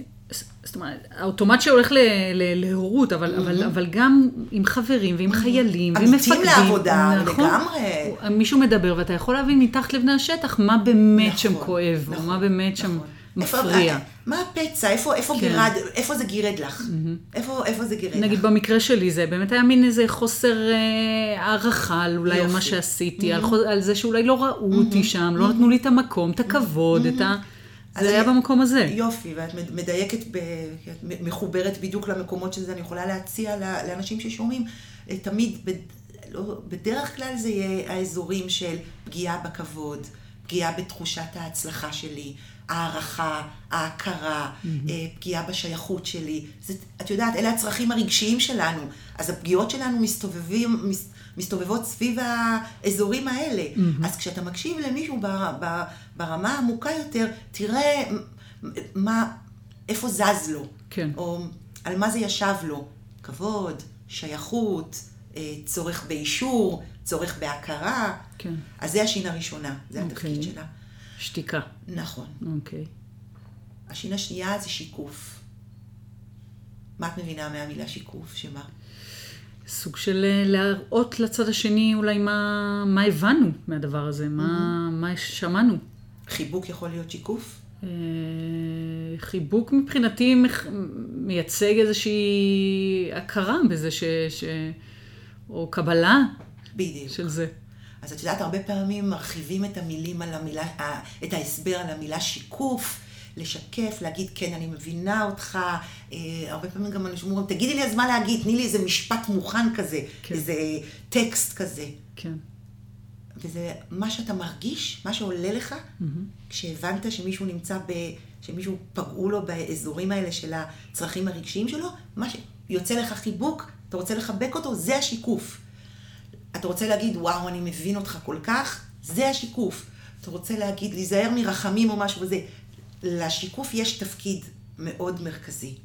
זאת אומרת, האוטומט שהולך ל- ל- להורות, אבל, mm-hmm. אבל, אבל גם עם חברים ועם mm-hmm. חיילים ועם מפקדים. אמיתים לעבודה, נכון? לגמרי. מישהו מדבר, ואתה יכול להבין מתחת לבני השטח מה באמת נכון, שם כואב, נכון, או מה באמת שם... נכון. מפריע. איפה, מה הפצע? איפה, איפה, כן. גירד, איפה זה גירד לך? Mm-hmm. איפה, איפה זה גירד נגיד לך? במקרה שלי זה באמת היה מין איזה חוסר אה, הערכה אולי על מה שעשיתי, mm-hmm. על, חוז, על זה שאולי לא ראו mm-hmm. אותי שם, mm-hmm. לא נתנו לי את המקום, את הכבוד, mm-hmm. את ה... זה היה אני, במקום הזה. יופי, ואת מדייקת, ב, את מחוברת בדיוק למקומות שזה, אני יכולה להציע לאנשים ששומעים, תמיד, ב, לא, בדרך כלל זה יהיה האזורים של פגיעה בכבוד, פגיעה בתחושת ההצלחה שלי, הערכה, ההכרה, mm-hmm. פגיעה בשייכות שלי. זה, את יודעת, אלה הצרכים הרגשיים שלנו. אז הפגיעות שלנו מסתובבים, מסתובבות סביב האזורים האלה. Mm-hmm. אז כשאתה מקשיב למישהו ב, ב, ברמה העמוקה יותר, תראה מה, איפה זז לו. כן. או על מה זה ישב לו. כבוד, שייכות, צורך באישור, צורך בהכרה. כן. אז זה השין הראשונה, זה okay. התפקיד שלה. שתיקה. נכון. אוקיי. השין השנייה זה שיקוף. מה את מבינה מהמילה שיקוף? שמה? סוג של להראות לצד השני אולי מה, מה הבנו מהדבר הזה, מה, מה שמענו. חיבוק יכול להיות שיקוף? חיבוק מבחינתי מייצג איזושהי הכרה בזה ש... ש... או קבלה בדיוק. של זה. אז את יודעת, הרבה פעמים מרחיבים את המילים על המילה, את ההסבר על המילה שיקוף, לשקף, להגיד, כן, אני מבינה אותך. אה, הרבה פעמים גם אנשים אומרים, תגידי לי אז מה להגיד, תני לי איזה משפט מוכן כזה, כן. איזה טקסט כזה. כן. וזה מה שאתה מרגיש, מה שעולה לך, mm-hmm. כשהבנת שמישהו נמצא ב... שמישהו פגעו לו באזורים האלה של הצרכים הרגשיים שלו, מה שיוצא לך חיבוק, אתה רוצה לחבק אותו, זה השיקוף. אתה רוצה להגיד, וואו, אני מבין אותך כל כך, זה השיקוף. אתה רוצה להגיד, להיזהר מרחמים או משהו וזה. לשיקוף יש תפקיד מאוד מרכזי.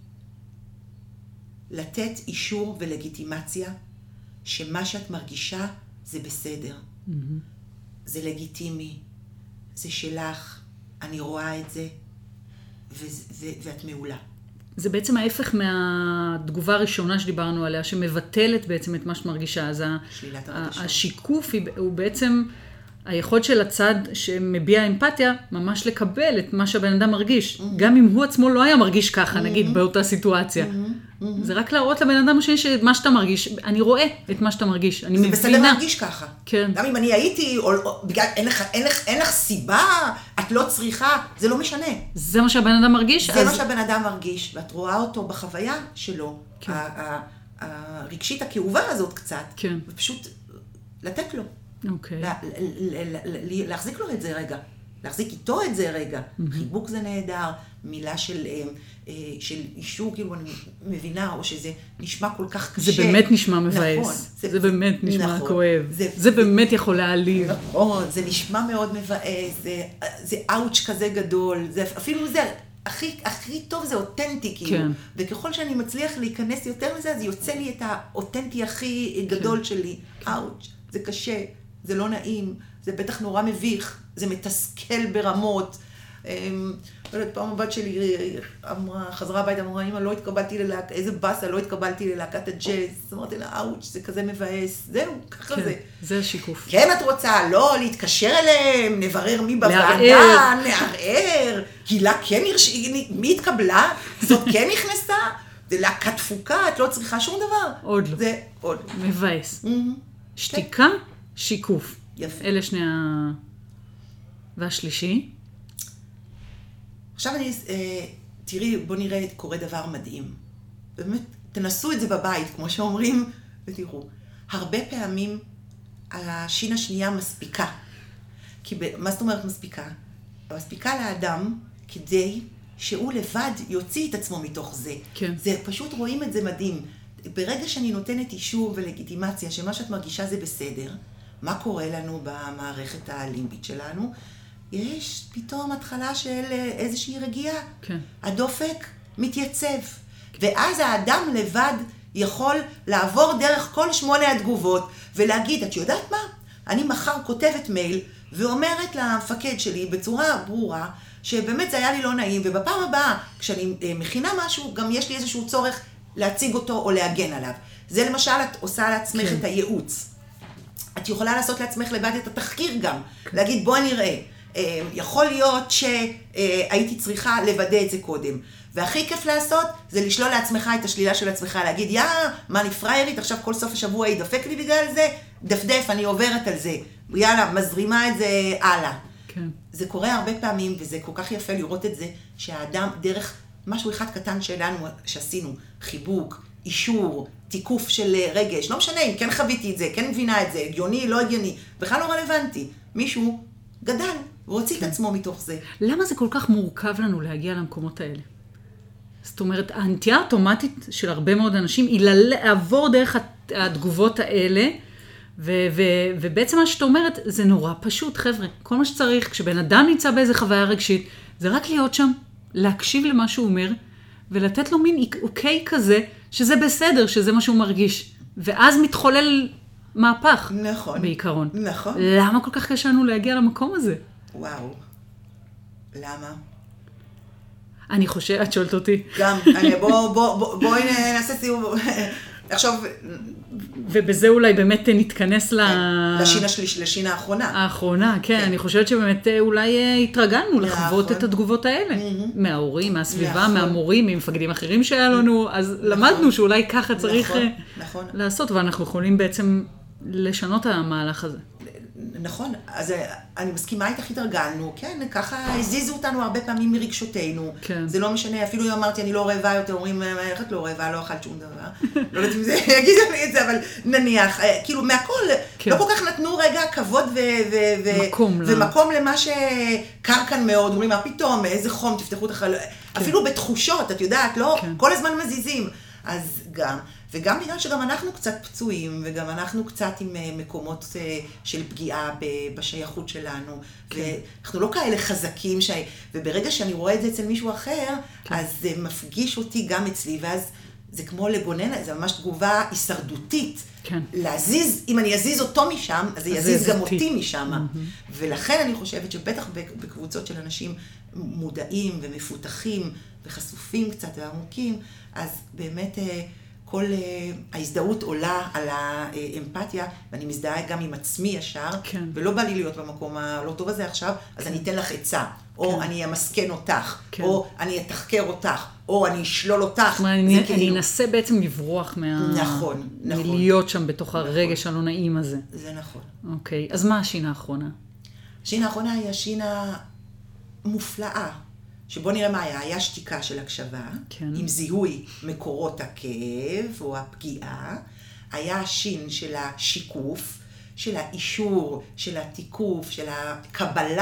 לתת אישור ולגיטימציה שמה שאת מרגישה זה בסדר. Mm-hmm. זה לגיטימי, זה שלך, אני רואה את זה, ו- ו- ואת מעולה. זה בעצם ההפך מהתגובה הראשונה שדיברנו עליה, שמבטלת בעצם את מה שאת מרגישה. אז השיקוף הוא בעצם היכולת של הצד שמביע אמפתיה, ממש לקבל את מה שהבן אדם מרגיש. גם אם הוא עצמו לא היה מרגיש ככה, נגיד, באותה סיטואציה. זה רק להראות לבן אדם שמה שאתה מרגיש, אני רואה את מה שאתה מרגיש, אני מבינה. זה בסדר להרגיש ככה. כן. גם אם אני הייתי, או, או, בגלל, אין לך, אין לך, אין לך סיבה, את לא צריכה, זה לא משנה. זה מה שהבן אדם מרגיש? זה אז... מה שהבן אדם מרגיש, ואת רואה אותו בחוויה שלו, כן. הרגשית הכאובה הזאת קצת, כן. ופשוט לתת לו. אוקיי. לה, לה, לה, לה, להחזיק לו את זה רגע. להחזיק איתו את זה רגע. Mm-hmm. חיבוק זה נהדר, מילה של, של אישור, כאילו אני מבינה, או שזה נשמע כל כך קשה. זה באמת נשמע מבאס. נכון. זה, זה באמת נשמע נכון, כואב. זה, זה באמת יכול להעליב. נכון, זה נשמע מאוד מבאס, זה, זה אאוץ' כזה גדול, זה, אפילו זה הכי, הכי טוב זה אותנטי, כאילו. כן. וככל שאני מצליח להיכנס יותר מזה, אז יוצא לי את האותנטי הכי גדול כן. שלי. כן. אאוץ', זה קשה, זה לא נעים, זה בטח נורא מביך, זה מתסכל ברמות. לא יודעת, פעם הבת שלי אמרה, חזרה הביתה, אמרה, אמא, לא התקבלתי ללהקת, איזה בסה, לא התקבלתי ללהקת הג'אז. זאת אומרת, אאוץ', זה כזה מבאס, זהו, ככה כן, זה. זה השיקוף. כן, את רוצה, לא, להתקשר אליהם, נברר מי בוועדה, נערער, הילה כן, מי התקבלה? זאת כן נכנסה? זה להקת תפוקה, את לא צריכה שום דבר. עוד לא. זה עוד. מבאס. שתיקה, שיקוף. יפה. אלה שני ה... והשלישי? עכשיו אני, אה, תראי, בוא נראה, קורה דבר מדהים. באמת, תנסו את זה בבית, כמו שאומרים, ותראו. הרבה פעמים השין השנייה מספיקה. כי ב, מה זאת אומרת מספיקה? מספיקה לאדם כדי שהוא לבד יוציא את עצמו מתוך זה. כן. זה פשוט רואים את זה מדהים. ברגע שאני נותנת אישור ולגיטימציה שמה שאת מרגישה זה בסדר, מה קורה לנו במערכת הלימבית שלנו? יש פתאום התחלה של איזושהי רגיעה. כן. הדופק מתייצב. ואז האדם לבד יכול לעבור דרך כל שמונה התגובות ולהגיד, את יודעת מה? אני מחר כותבת מייל ואומרת למפקד שלי בצורה ברורה שבאמת זה היה לי לא נעים, ובפעם הבאה כשאני מכינה משהו גם יש לי איזשהו צורך להציג אותו או להגן עליו. זה למשל את עושה לעצמך כן. את הייעוץ. את יכולה לעשות לעצמך לבד את התחקיר גם. כן. להגיד בוא נראה. יכול להיות שהייתי צריכה לוודא את זה קודם. והכי כיף לעשות זה לשלול לעצמך את השלילה של עצמך, להגיד, יא, מה אני פריירית, עכשיו כל סוף השבוע ידפק לי בגלל זה, דפדף, אני עוברת על זה. יאללה, מזרימה את זה הלאה. כן. זה קורה הרבה פעמים, וזה כל כך יפה לראות את זה, שהאדם דרך משהו אחד קטן שלנו, שעשינו, חיבוק, אישור, תיקוף של רגש, לא משנה אם כן חוויתי את זה, כן מבינה את זה, הגיוני, לא הגיוני, בכלל לא רלוונטי. מישהו גדל, והוציא את עצמו מתוך זה. למה זה כל כך מורכב לנו להגיע למקומות האלה? זאת אומרת, הנטייה האוטומטית של הרבה מאוד אנשים היא לעבור דרך התגובות האלה, ו- ו- ובעצם מה שאת אומרת, זה נורא פשוט, חבר'ה. כל מה שצריך, כשבן אדם נמצא באיזה חוויה רגשית, זה רק להיות שם, להקשיב למה שהוא אומר, ולתת לו מין אוקיי כזה, שזה בסדר, שזה מה שהוא מרגיש. ואז מתחולל מהפך. נכון. בעיקרון. נכון. למה כל כך קשה לנו להגיע למקום הזה? וואו. למה? אני חושבת, את שואלת אותי. גם, בואו בוא, בוא, בוא, נעשה סיום. עכשיו... ובזה אולי באמת נתכנס ל... לשין השליש, לשין האחרונה. האחרונה, כן. אני חושבת שבאמת אולי התרגלנו לחוות את התגובות האלה. מההורים, מהסביבה, מהמורים, ממפקדים אחרים שהיה לנו, אז למדנו שאולי ככה צריך לעשות, ואנחנו יכולים בעצם לשנות המהלך הזה. נכון, אז אני מסכימה איתך, התרגלנו, כן, ככה הזיזו אותנו הרבה פעמים מרגשותינו. כן. זה לא משנה, אפילו אם אמרתי, אני לא רעבה יותר, אומרים, איך את לא רעבה, לא אכלת שום דבר. לא יודעת אם זה יגידו לי את זה, אבל נניח, כאילו מהכל, כן. לא כל כך נתנו רגע כבוד ו- ו- ו- מקום, ומקום למה שקר כאן מאוד, אומרים, מה פתאום, איזה חום, תפתחו את החלום, כן. אפילו בתחושות, את יודעת, לא, כן. כל הזמן מזיזים. אז גם, וגם בגלל שגם אנחנו קצת פצועים, וגם אנחנו קצת עם מקומות של פגיעה בשייכות שלנו, כן. ואנחנו לא כאלה חזקים, ש... וברגע שאני רואה את זה אצל מישהו אחר, כן. אז זה מפגיש אותי גם אצלי, ואז זה כמו לגונן, זה ממש תגובה הישרדותית. כן. להזיז, אם אני אזיז אותו משם, אז זה יזיז גם אותי משם. Mm-hmm. ולכן אני חושבת שבטח בקבוצות של אנשים מודעים ומפותחים וחשופים קצת ועמוקים, אז באמת כל ההזדהות עולה על האמפתיה, ואני מזדהה גם עם עצמי ישר, כן. ולא בא לי להיות במקום הלא טוב הזה עכשיו, אז כן. אני אתן לך עצה, או כן. אני אמסכן אותך, כן. או אני אתחקר אותך, או אני אשלול אותך. אני, אני אנסה בעצם לברוח מה... נכון, נכון. מלהיות שם בתוך נכון. הרגש הלא נעים הזה. זה נכון. אוקיי, אז מה השינה האחרונה? השינה האחרונה היא השינה מופלאה. שבוא נראה מה היה, היה שתיקה של הקשבה, כן. עם זיהוי מקורות הכאב או הפגיעה, היה השין של השיקוף, של האישור, של התיקוף, של הקבלה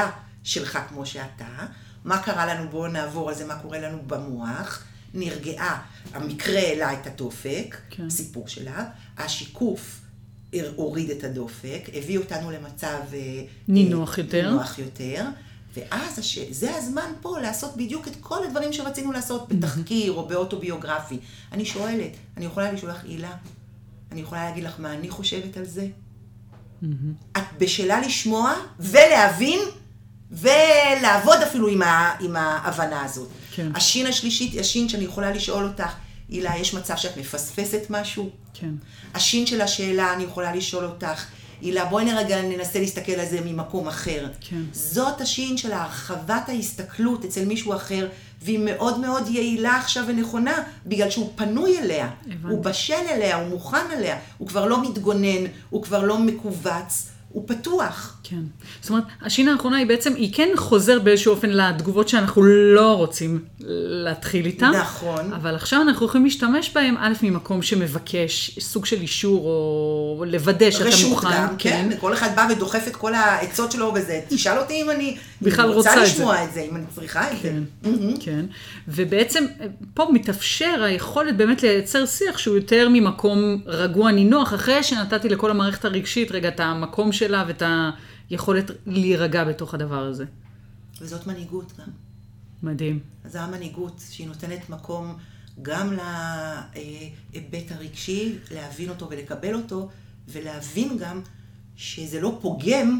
שלך כמו שאתה, מה קרה לנו, בואו נעבור על זה, מה קורה לנו במוח, נרגעה, המקרה העלה את הדופק, כן. סיפור שלה, השיקוף הוריד את הדופק, הביא אותנו למצב נינוח יותר, נינוח יותר, ואז הש... זה הזמן פה לעשות בדיוק את כל הדברים שרצינו לעשות בתחקיר או באוטוביוגרפי. אני שואלת, אני יכולה לשאול לך הילה, אני יכולה להגיד לך מה אני חושבת על זה? את בשאלה לשמוע ולהבין ולעבוד אפילו עם, ה... עם ההבנה הזאת. כן. השין השלישית, השין שאני יכולה לשאול אותך, הילה, יש מצב שאת מפספסת משהו? כן. השין של השאלה, אני יכולה לשאול אותך, הילה, בואי נרגע ננסה להסתכל על זה ממקום אחר. כן. זאת השין של הרחבת ההסתכלות אצל מישהו אחר, והיא מאוד מאוד יעילה עכשיו ונכונה, בגלל שהוא פנוי אליה, הבנתי. הוא בשל אליה, הוא מוכן אליה, הוא כבר לא מתגונן, הוא כבר לא מקובץ, הוא פתוח. כן. זאת אומרת, השין האחרונה היא בעצם, היא כן חוזר באיזשהו אופן לתגובות שאנחנו לא רוצים להתחיל איתן. נכון. אבל עכשיו אנחנו יכולים להשתמש בהם, א', ממקום שמבקש סוג של אישור, או לוודא שאתה מוכן. רשות גם, כן. כל אחד בא ודוחף את כל העצות שלו וזה. תשאל אותי אם אני בכלל רוצה רוצה לשמוע את זה, אם אני צריכה את זה. כן. ובעצם פה מתאפשר היכולת באמת לייצר שיח שהוא יותר ממקום רגוע נינוח, אחרי שנתתי לכל המערכת הרגשית רגע את המקום שלה ואת היכולת להירגע בתוך הדבר הזה. וזאת מנהיגות גם. מדהים. אז זו המנהיגות שהיא נותנת מקום גם להיבט הרגשי, להבין אותו ולקבל אותו, ולהבין גם שזה לא פוגם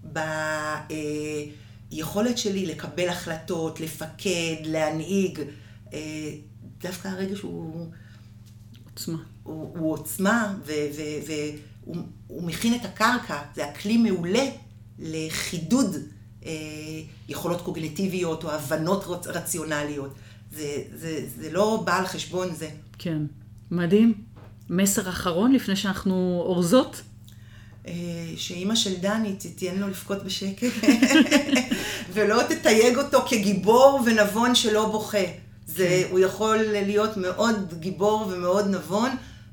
ביכולת שלי לקבל החלטות, לפקד, להנהיג. דווקא הרגע שהוא... עוצמה. הוא, הוא עוצמה, והוא הוא מכין את הקרקע. זה הכלי מעולה לחידוד אה, יכולות קוגניטיביות או הבנות רציונליות. זה, זה, זה לא בא על חשבון זה. כן, מדהים. מסר אחרון לפני שאנחנו אורזות? אה, שאמא של דני תתיין לו לפקות בשקט, ולא תתייג אותו כגיבור ונבון שלא בוכה. זה, הוא יכול להיות מאוד גיבור ומאוד נבון,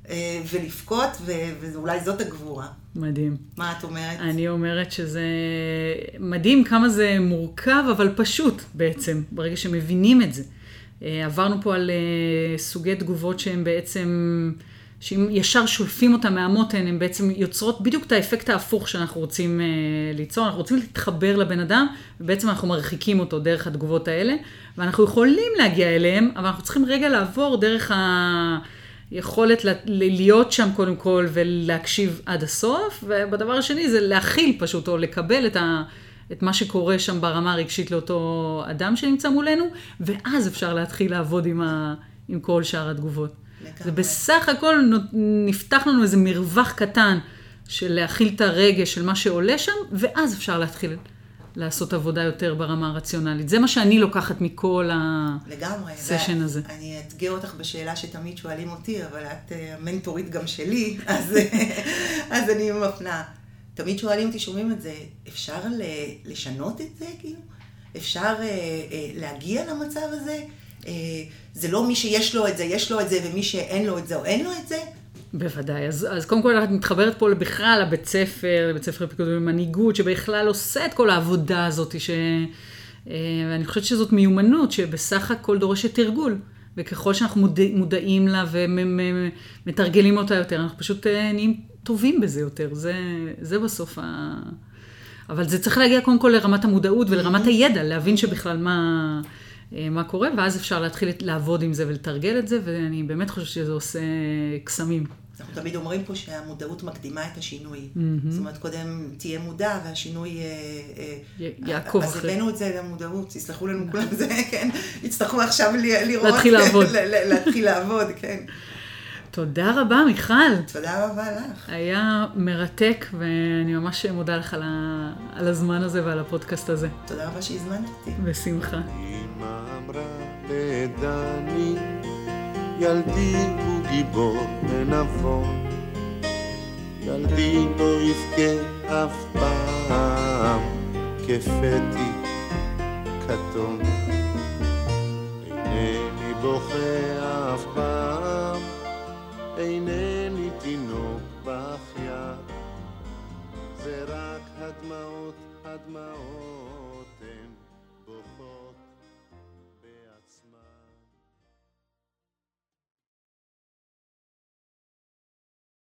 ולפקות, ואולי זאת הגבורה. מדהים. מה את אומרת? אני אומרת שזה מדהים כמה זה מורכב, אבל פשוט בעצם, ברגע שמבינים את זה. עברנו פה על סוגי תגובות שהן בעצם, שאם ישר שולפים אותם מהמותן, הן בעצם יוצרות בדיוק את האפקט ההפוך שאנחנו רוצים ליצור. אנחנו רוצים להתחבר לבן אדם, ובעצם אנחנו מרחיקים אותו דרך התגובות האלה, ואנחנו יכולים להגיע אליהם, אבל אנחנו צריכים רגע לעבור דרך ה... יכולת להיות שם קודם כל ולהקשיב עד הסוף, ובדבר השני זה להכיל פשוט או לקבל את, ה, את מה שקורה שם ברמה הרגשית לאותו אדם שנמצא מולנו, ואז אפשר להתחיל לעבוד עם, ה, עם כל שאר התגובות. לגמרי. זה בסך הכל נפתח לנו איזה מרווח קטן של להכיל את הרגש של מה שעולה שם, ואז אפשר להתחיל לעשות עבודה יותר ברמה הרציונלית. זה מה שאני לוקחת מכל הסשן הזה. אני אתגר אותך בשאלה שתמיד שואלים אותי, אבל את המנטורית גם שלי, אז, אז אני מפנה. תמיד שואלים אותי, שומעים את זה, אפשר לשנות את זה, כאילו? אפשר להגיע למצב הזה? זה לא מי שיש לו את זה, יש לו את זה, ומי שאין לו את זה או אין לו את זה? בוודאי. אז, אז קודם כל את מתחברת פה בכלל לבית ספר, לבית ספר פיקוד ומנהיגות, שבכלל עושה את כל העבודה הזאת, ש... ואני חושבת שזאת מיומנות שבסך הכל דורשת תרגול, וככל שאנחנו מודע, מודעים לה ומתרגלים אותה יותר, אנחנו פשוט נהיים טובים בזה יותר. זה, זה בסוף ה... אבל זה צריך להגיע קודם כל לרמת המודעות ולרמת הידע, להבין שבכלל מה... מה קורה, ואז אפשר להתחיל לעבוד עם זה ולתרגל את זה, ואני באמת חושבת שזה עושה קסמים. אנחנו תמיד אומרים פה שהמודעות מקדימה את השינוי. זאת אומרת, קודם תהיה מודע, והשינוי... יעקב אחרי. אז הבאנו את זה למודעות, תסלחו לנו כולם זה, כן? יצטרכו עכשיו לראות... להתחיל לעבוד. להתחיל לעבוד, כן. תודה רבה, מיכל. תודה רבה לך. היה מרתק, ואני ממש מודה לך על הזמן הזה ועל הפודקאסט הזה. תודה רבה שהזמנת אותי. בשמחה. אמא אמרה לדני, ילדי הוא גיבור ונבון, ילדי לא יבכה אף פעם כפתי כתום, אינני בוכה אף פעם, אינני תינוק בחיה, ורק הדמעות, הדמעות הם